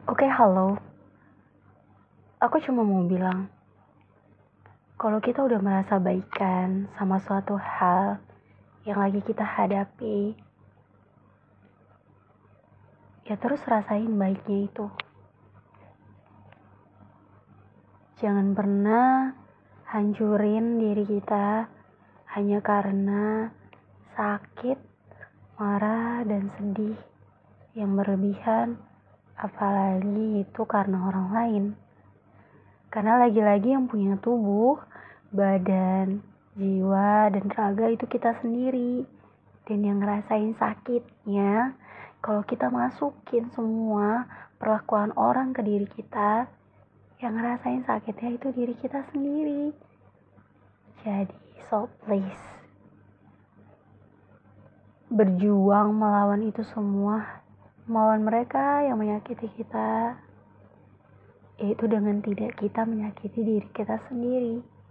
Oke, halo. Aku cuma mau bilang, kalau kita udah merasa baikan sama suatu hal yang lagi kita hadapi, ya terus rasain baiknya itu. Jangan pernah hancurin diri kita hanya karena sakit, marah, dan sedih yang berlebihan, apalagi itu karena orang lain. Karena lagi-lagi yang punya tubuh, badan, jiwa, dan raga itu kita sendiri. Dan yang ngerasain sakitnya, kalau kita masukin semua perlakuan orang ke diri kita, yang ngerasain sakitnya itu diri kita sendiri. Jadi, so please, berjuang melawan itu semua, melawan mereka yang menyakiti kita, yaitu dengan tidak kita menyakiti diri kita sendiri.